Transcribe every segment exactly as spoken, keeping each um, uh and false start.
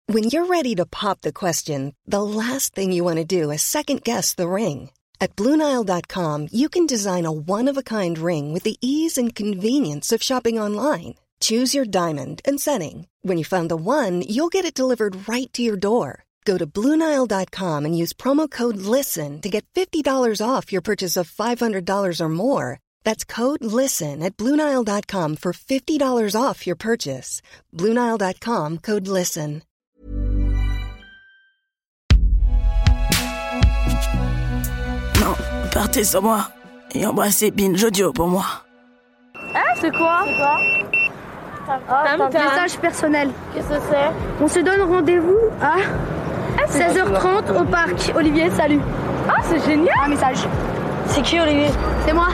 When you're ready to pop the question, the last thing you want to do is second-guess the ring. At Blue Nile dot com, you can design a one-of-a-kind ring with the ease and convenience of shopping online. Choose your diamond and setting. When you find the one, you'll get it delivered right to your door. Go to Blue Nile dot com and use promo code LISTEN to get fifty dollars off your purchase of five hundred dollars or more. That's code LISTEN at Blue Nile dot com for fifty dollars off your purchase. Blue Nile dot com, code LISTEN. Non, partez sans moi et embrassez Binge Audio pour moi. Ah, c'est quoi? C'est quoi? Ah, c'est un message personnel. Qu'est-ce que c'est? On se donne rendez-vous à ah, seize heures trente au parc. Olivier, salut. Ah, c'est génial. Un message. C'est qui, Olivier? C'est moi.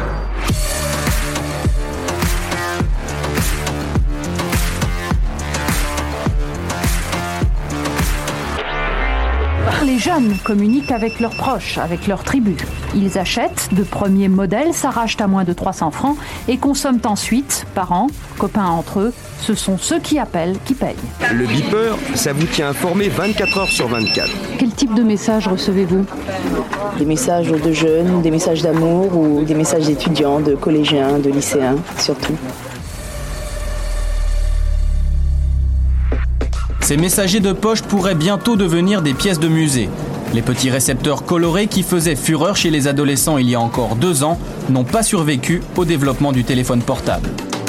Les jeunes communiquent avec leurs proches, avec leurs tribus. Ils achètent de premiers modèles, s'arrachent à moins de trois cents francs et consomment ensuite, parents, copains entre eux. Ce sont ceux qui appellent qui payent. Le beeper, ça vous tient informé vingt-quatre heures sur vingt-quatre. Quel type de messages recevez-vous ? Des messages de jeunes, des messages d'amour ou des messages d'étudiants, de collégiens, de lycéens, surtout. Ces messagers de poche pourraient bientôt devenir des pièces de musée. Les petits récepteurs colorés qui faisaient fureur chez les adolescents il y a encore deux ans n'ont pas survécu au développement du téléphone portable.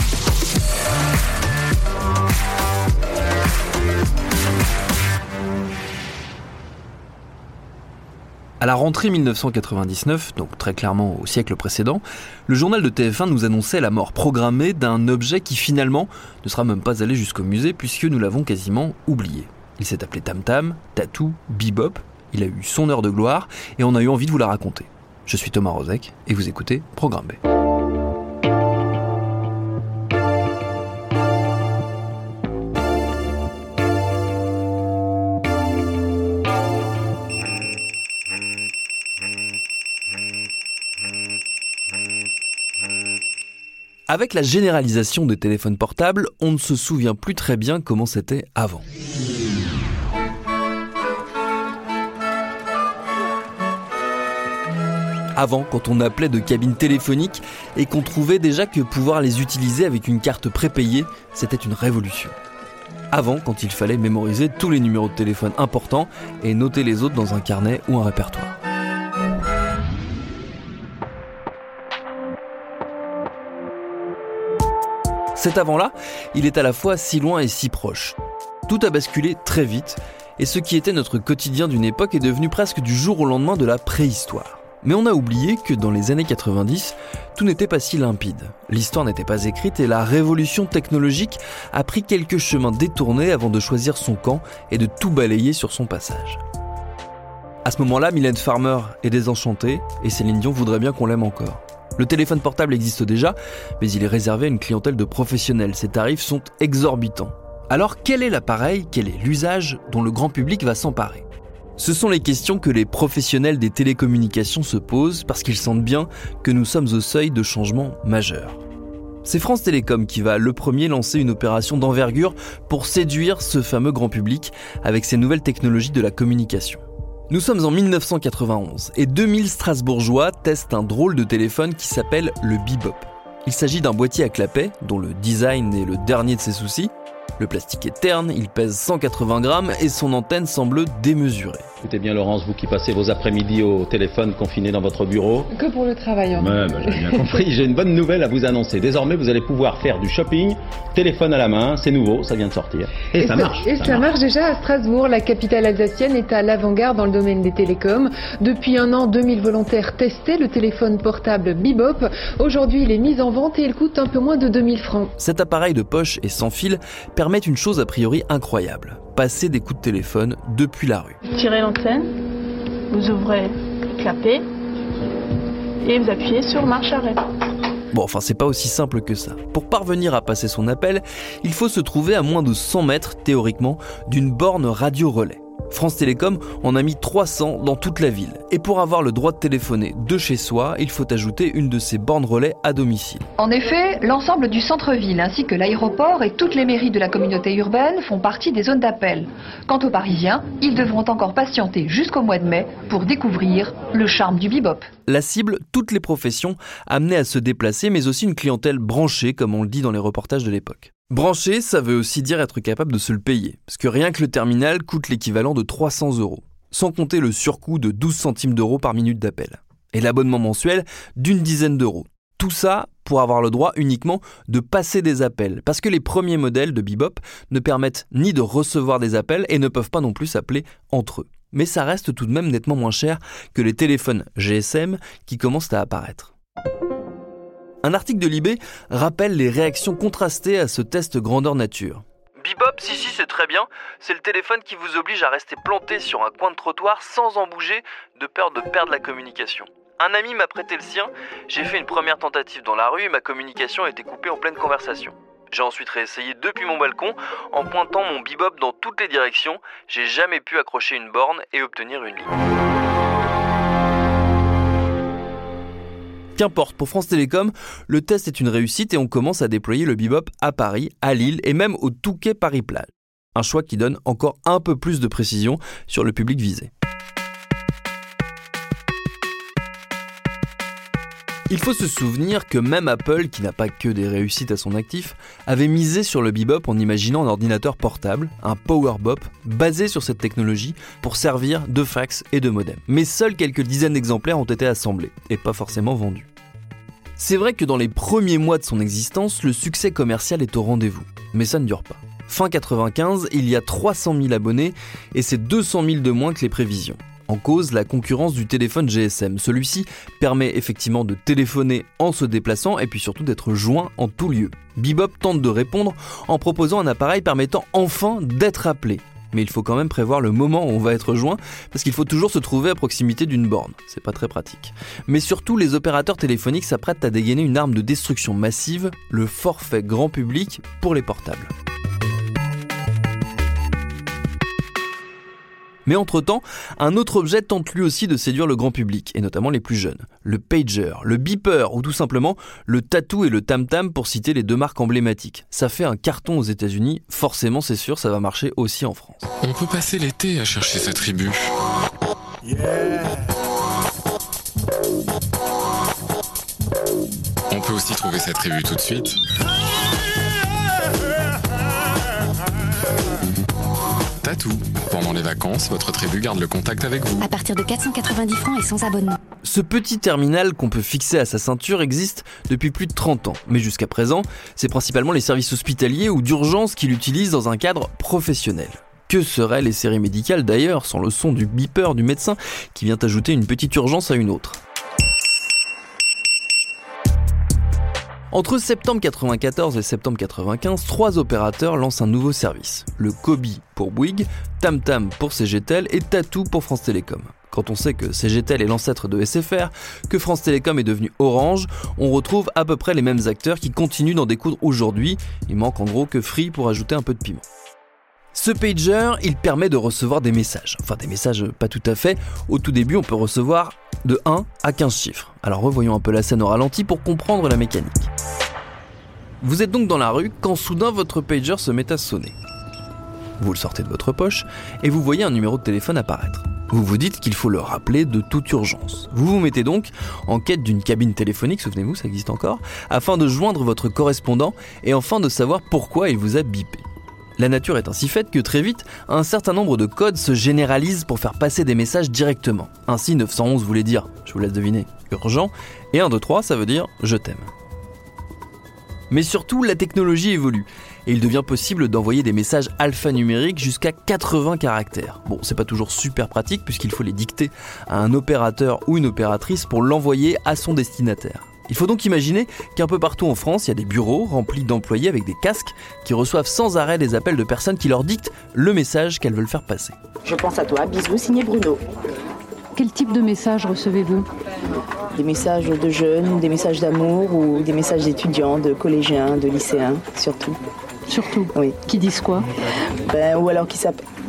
À la rentrée dix-neuf cent quatre-vingt-dix-neuf, donc très clairement au siècle précédent, le journal de T F un nous annonçait la mort programmée d'un objet qui finalement ne sera même pas allé jusqu'au musée puisque nous l'avons quasiment oublié. Il s'est appelé Tam Tam, Tatou, Bebop, il a eu son heure de gloire et on a eu envie de vous la raconter. Je suis Thomas Rozek et vous écoutez Programme B. Avec la généralisation des téléphones portables, on ne se souvient plus très bien comment c'était avant. Avant, quand on appelait de cabines téléphoniques et qu'on trouvait déjà que pouvoir les utiliser avec une carte prépayée, c'était une révolution. Avant, quand il fallait mémoriser tous les numéros de téléphone importants et noter les autres dans un carnet ou un répertoire. Cet avant-là, il est à la fois si loin et si proche. Tout a basculé très vite, et ce qui était notre quotidien d'une époque est devenu presque du jour au lendemain de la préhistoire. Mais on a oublié que dans les années quatre-vingt-dix, tout n'était pas si limpide. L'histoire n'était pas écrite et la révolution technologique a pris quelques chemins détournés avant de choisir son camp et de tout balayer sur son passage. À ce moment-là, Mylène Farmer est désenchantée et Céline Dion voudrait bien qu'on l'aime encore. Le téléphone portable existe déjà, mais il est réservé à une clientèle de professionnels. Ses tarifs sont exorbitants. Alors quel est l'appareil, quel est l'usage dont le grand public va s'emparer ? Ce sont les questions que les professionnels des télécommunications se posent parce qu'ils sentent bien que nous sommes au seuil de changements majeurs. C'est France Télécom qui va le premier lancer une opération d'envergure pour séduire ce fameux grand public avec ses nouvelles technologies de la communication. Nous sommes en dix-neuf cent quatre-vingt-onze et deux mille Strasbourgeois testent un drôle de téléphone qui s'appelle le Bebop. Il s'agit d'un boîtier à clapet dont le design est le dernier de ses soucis. Le plastique est terne, il pèse cent quatre-vingts grammes et son antenne semble démesurée. Écoutez bien Laurence, vous qui passez vos après-midi au téléphone confiné dans votre bureau. Que pour le travail. Hein. Ouais, bah, j'ai bien compris, j'ai une bonne nouvelle à vous annoncer. Désormais, vous allez pouvoir faire du shopping, téléphone à la main, c'est nouveau, ça vient de sortir. Et, et ça, ça marche. Et ça, ça marche. marche déjà à Strasbourg. La capitale alsacienne est à l'avant-garde dans le domaine des télécoms. Depuis un an, deux mille volontaires testaient le téléphone portable Bebop. Aujourd'hui, il est mis en vente et il coûte un peu moins de deux mille francs. Cet appareil de poche et sans fil permet une chose a priori incroyable, passer des coups de téléphone depuis la rue. Vous tirez l'antenne, vous ouvrez le clapet et vous appuyez sur marche arrêt. Bon, enfin, c'est pas aussi simple que ça. Pour parvenir à passer son appel, il faut se trouver à moins de cent mètres, théoriquement, d'une borne radio-relais. France Télécom en a mis trois cents dans toute la ville. Et pour avoir le droit de téléphoner de chez soi, il faut ajouter une de ces bornes relais à domicile. En effet, l'ensemble du centre-ville ainsi que l'aéroport et toutes les mairies de la communauté urbaine font partie des zones d'appel. Quant aux Parisiens, ils devront encore patienter jusqu'au mois de mai pour découvrir le charme du bebop. La cible, toutes les professions amenées à se déplacer, mais aussi une clientèle branchée, comme on le dit dans les reportages de l'époque. Branché, ça veut aussi dire être capable de se le payer, parce que rien que le terminal coûte l'équivalent de trois cents euros, sans compter le surcoût de douze centimes d'euros par minute d'appel, et l'abonnement mensuel d'une dizaine d'euros. Tout ça pour avoir le droit uniquement de passer des appels, parce que les premiers modèles de bebop ne permettent ni de recevoir des appels et ne peuvent pas non plus s'appeler entre eux. Mais ça reste tout de même nettement moins cher que les téléphones G S M qui commencent à apparaître. Un article de Libé rappelle les réactions contrastées à ce test grandeur nature. Bebop, si si c'est très bien, c'est le téléphone qui vous oblige à rester planté sur un coin de trottoir sans en bouger de peur de perdre la communication. Un ami m'a prêté le sien, j'ai fait une première tentative dans la rue et ma communication a été coupée en pleine conversation. J'ai ensuite réessayé depuis mon balcon en pointant mon bebop dans toutes les directions, j'ai jamais pu accrocher une borne et obtenir une ligne. Qu'importe, pour France Télécom, le test est une réussite et on commence à déployer le bebop à Paris, à Lille et même au Touquet Paris-Plage. Un choix qui donne encore un peu plus de précision sur le public visé. Il faut se souvenir que même Apple, qui n'a pas que des réussites à son actif, avait misé sur le bebop en imaginant un ordinateur portable, un PowerBop, basé sur cette technologie pour servir de fax et de modem. Mais seuls quelques dizaines d'exemplaires ont été assemblés, et pas forcément vendus. C'est vrai que dans les premiers mois de son existence, le succès commercial est au rendez-vous, mais ça ne dure pas. Fin quatre-vingt-quinze, il y a trois cent mille abonnés, et c'est deux cent mille de moins que les prévisions. En cause, la concurrence du téléphone G S M. Celui-ci permet effectivement de téléphoner en se déplaçant et puis surtout d'être joint en tout lieu. Bebop tente de répondre en proposant un appareil permettant enfin d'être appelé. Mais il faut quand même prévoir le moment où on va être joint parce qu'il faut toujours se trouver à proximité d'une borne. C'est pas très pratique. Mais surtout, les opérateurs téléphoniques s'apprêtent à dégainer une arme de destruction massive, le forfait grand public pour les portables. Mais entre-temps, un autre objet tente lui aussi de séduire le grand public, et notamment les plus jeunes. Le pager, le beeper, ou tout simplement le tatou et le tam-tam pour citer les deux marques emblématiques. Ça fait un carton aux États-Unis, forcément c'est sûr, ça va marcher aussi en France. On peut passer l'été à chercher sa tribu. Yeah. On peut aussi trouver sa tribu tout de suite. Tatou. Pendant les vacances, votre tribu garde le contact avec vous. À partir de quatre cent quatre-vingt-dix francs et sans abonnement. Ce petit terminal qu'on peut fixer à sa ceinture existe depuis plus de trente ans. Mais jusqu'à présent, c'est principalement les services hospitaliers ou d'urgence qui l'utilisent dans un cadre professionnel. Que seraient les séries médicales d'ailleurs sans le son du beeper du médecin qui vient ajouter une petite urgence à une autre ? Entre septembre quatre-vingt-quatorze et septembre quatre-vingt-quinze, trois opérateurs lancent un nouveau service. Le Kobi pour Bouygues, TamTam pour C G T E L et Tatou pour France Télécom. Quand on sait que C G T E L est l'ancêtre de S F R, que France Télécom est devenu Orange, on retrouve à peu près les mêmes acteurs qui continuent d'en découdre aujourd'hui. Il manque en gros que Free pour ajouter un peu de piment. Ce pager, il permet de recevoir des messages. Enfin, des messages pas tout à fait. Au tout début, on peut recevoir de un à quinze chiffres. Alors revoyons un peu la scène au ralenti pour comprendre la mécanique. Vous êtes donc dans la rue quand soudain votre pager se met à sonner. Vous le sortez de votre poche et vous voyez un numéro de téléphone apparaître. Vous vous dites qu'il faut le rappeler de toute urgence. Vous vous mettez donc en quête d'une cabine téléphonique, souvenez-vous, ça existe encore, afin de joindre votre correspondant et enfin de savoir pourquoi il vous a bipé. La nature est ainsi faite que très vite, un certain nombre de codes se généralisent pour faire passer des messages directement. Ainsi, neuf cent onze voulait dire, je vous laisse deviner, urgent, et un deux trois, ça veut dire je t'aime. Mais surtout, la technologie évolue, et il devient possible d'envoyer des messages alphanumériques jusqu'à quatre-vingts caractères. Bon, c'est pas toujours super pratique puisqu'il faut les dicter à un opérateur ou une opératrice pour l'envoyer à son destinataire. Il faut donc imaginer qu'un peu partout en France, il y a des bureaux remplis d'employés avec des casques qui reçoivent sans arrêt des appels de personnes qui leur dictent le message qu'elles veulent faire passer. Je pense à toi, bisous, signé Bruno. Quel type de messages recevez-vous ? Des messages de jeunes, des messages d'amour ou des messages d'étudiants, de collégiens, de lycéens, surtout. Surtout ? Oui. Qui disent quoi ? Ben, ou alors qui s'appellent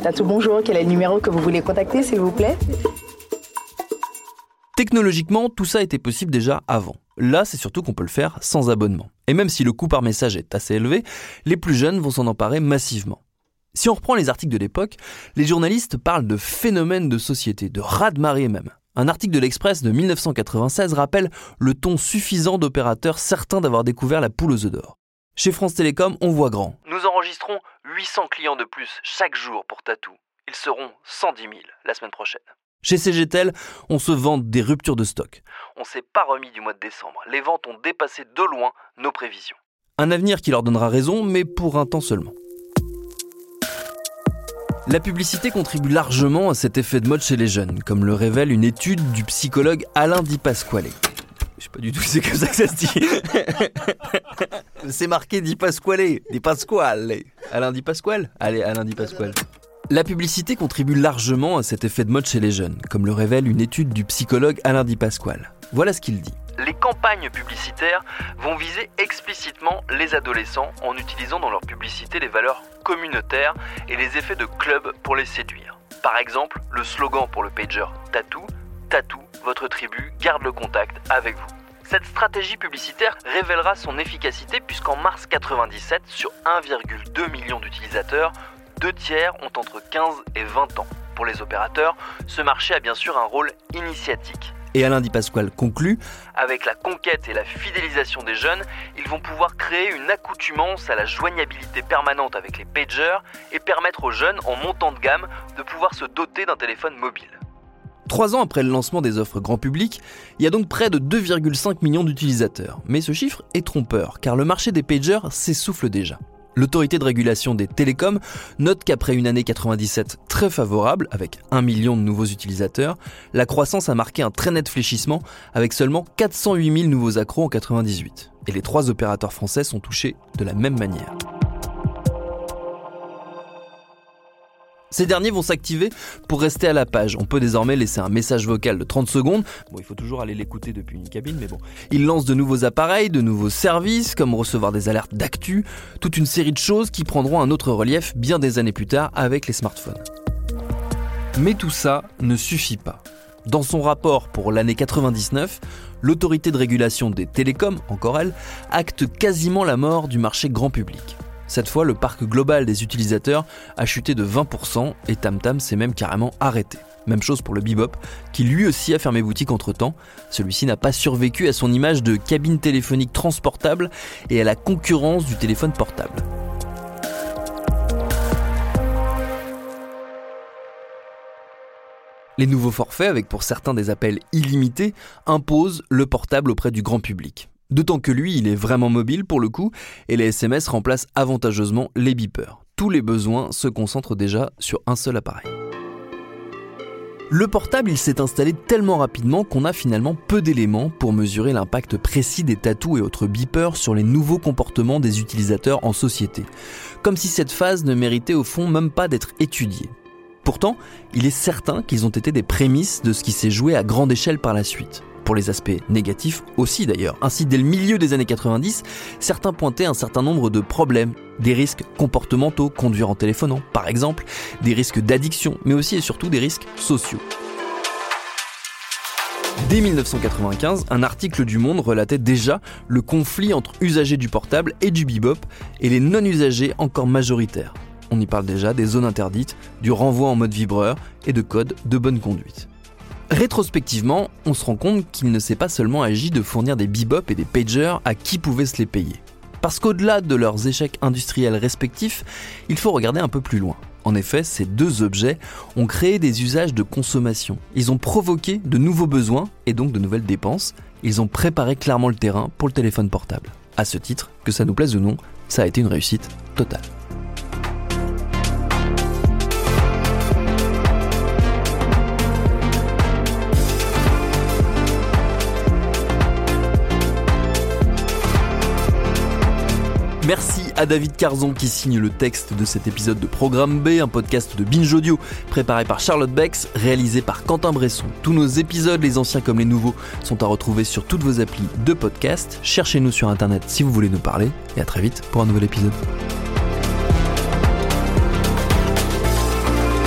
Tatou, bonjour. Quel est le numéro que vous voulez contacter, s'il vous plaît? Technologiquement, tout ça était possible déjà avant. Là, c'est surtout qu'on peut le faire sans abonnement. Et même si le coût par message est assez élevé, les plus jeunes vont s'en emparer massivement. Si on reprend les articles de l'époque, les journalistes parlent de phénomènes de société, de raz-de-marée même. Un article de l'Express de dix-neuf cent quatre-vingt-seize rappelle le ton suffisant d'opérateurs certains d'avoir découvert la poule aux œufs d'or. Chez France Télécom, on voit grand. Nous enregistrons huit cents clients de plus chaque jour pour Tatou. Ils seront cent dix mille la semaine prochaine. Chez C G T L, on se vante des ruptures de stock. On s'est pas remis du mois de décembre. Les ventes ont dépassé de loin nos prévisions. Un avenir qui leur donnera raison, mais pour un temps seulement. La publicité contribue largement à cet effet de mode chez les jeunes, comme le révèle une étude du psychologue Alain Di Pasquale. Je sais pas du tout si c'est comme ça que ça se dit. C'est marqué Di Pasquale, Di Pasquale. Alain Di Pasquale ? Allez, Alain Di Pasquale. La publicité contribue largement à cet effet de mode chez les jeunes, comme le révèle une étude du psychologue Alain Di Pasquale. Voilà ce qu'il dit. Les campagnes publicitaires vont viser explicitement les adolescents en utilisant dans leur publicité les valeurs communautaires et les effets de club pour les séduire. Par exemple, le slogan pour le pager Tatou, Tatou, votre tribu garde le contact avec vous. Cette stratégie publicitaire révélera son efficacité puisqu'en mars quatre-vingt-dix-sept, sur un virgule deux million d'utilisateurs, deux tiers ont entre quinze et vingt ans. Pour les opérateurs, ce marché a bien sûr un rôle initiatique. Et Alain Di Pasquale conclut : avec la conquête et la fidélisation des jeunes, ils vont pouvoir créer une accoutumance à la joignabilité permanente avec les pagers et permettre aux jeunes, en montant de gamme, de pouvoir se doter d'un téléphone mobile. Trois ans après le lancement des offres grand public, il y a donc près de deux virgule cinq millions d'utilisateurs. Mais ce chiffre est trompeur, car le marché des pagers s'essouffle déjà. L'autorité de régulation des télécoms note qu'après une année quatre-vingt-dix-sept très favorable, avec un million de nouveaux utilisateurs, la croissance a marqué un très net fléchissement, avec seulement quatre cent huit mille nouveaux accros en quatre-vingt-dix-huit. Et les trois opérateurs français sont touchés de la même manière. Ces derniers vont s'activer pour rester à la page. On peut désormais laisser un message vocal de trente secondes. Bon, il faut toujours aller l'écouter depuis une cabine, mais bon. Ils lancent de nouveaux appareils, de nouveaux services, comme recevoir des alertes d'actu, toute une série de choses qui prendront un autre relief bien des années plus tard avec les smartphones. Mais tout ça ne suffit pas. Dans son rapport pour l'année quatre-vingt-dix-neuf, l'autorité de régulation des télécoms, encore elle, acte quasiment la mort du marché grand public. Cette fois, le parc global des utilisateurs a chuté de vingt pour cent et Tam Tam s'est même carrément arrêté. Même chose pour le Bebop, qui lui aussi a fermé boutique entre-temps. Celui-ci n'a pas survécu à son image de cabine téléphonique transportable et à la concurrence du téléphone portable. Les nouveaux forfaits, avec pour certains des appels illimités, imposent le portable auprès du grand public. D'autant que lui, il est vraiment mobile pour le coup, et les S M S remplacent avantageusement les beepers. Tous les besoins se concentrent déjà sur un seul appareil. Le portable, il s'est installé tellement rapidement qu'on a finalement peu d'éléments pour mesurer l'impact précis des tatous et autres beepers sur les nouveaux comportements des utilisateurs en société. Comme si cette phase ne méritait au fond même pas d'être étudiée. Pourtant, il est certain qu'ils ont été des prémices de ce qui s'est joué à grande échelle par la suite. Pour les aspects négatifs aussi d'ailleurs. Ainsi, dès le milieu des années quatre-vingt-dix, certains pointaient un certain nombre de problèmes, des risques comportementaux, conduire en téléphonant par exemple, des risques d'addiction, mais aussi et surtout des risques sociaux. Dès dix-neuf cent quatre-vingt-quinze, un article du Monde relatait déjà le conflit entre usagers du portable et du bebop et les non-usagers encore majoritaires. On y parle déjà des zones interdites, du renvoi en mode vibreur et de codes de bonne conduite. Rétrospectivement, on se rend compte qu'il ne s'est pas seulement agi de fournir des bebop et des pagers à qui pouvait se les payer. Parce qu'au-delà de leurs échecs industriels respectifs, il faut regarder un peu plus loin. En effet, ces deux objets ont créé des usages de consommation. Ils ont provoqué de nouveaux besoins et donc de nouvelles dépenses. Ils ont préparé clairement le terrain pour le téléphone portable. À ce titre, que ça nous plaise ou non, ça a été une réussite totale. Merci à David Carzon qui signe le texte de cet épisode de Programme B, un podcast de Binge Audio préparé par Charlotte Bex, réalisé par Quentin Bresson. Tous nos épisodes, les anciens comme les nouveaux, sont à retrouver sur toutes vos applis de podcast. Cherchez-nous sur internet si vous voulez nous parler et à très vite pour un nouvel épisode.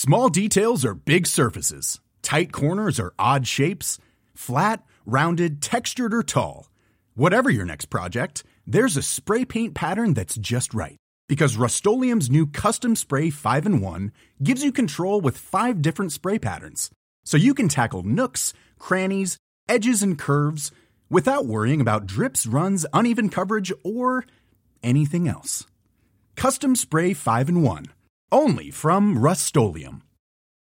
Small details are big surfaces. Tight corners are odd shapes. Flat, rounded, textured, or tall. Whatever your next project, there's a spray paint pattern that's just right. Because Rust-Oleum's new Custom Spray five in one gives you control with five different spray patterns. So you can tackle nooks, crannies, edges, and curves without worrying about drips, runs, uneven coverage, or anything else. Custom Spray five in one. Only from Rust-Oleum.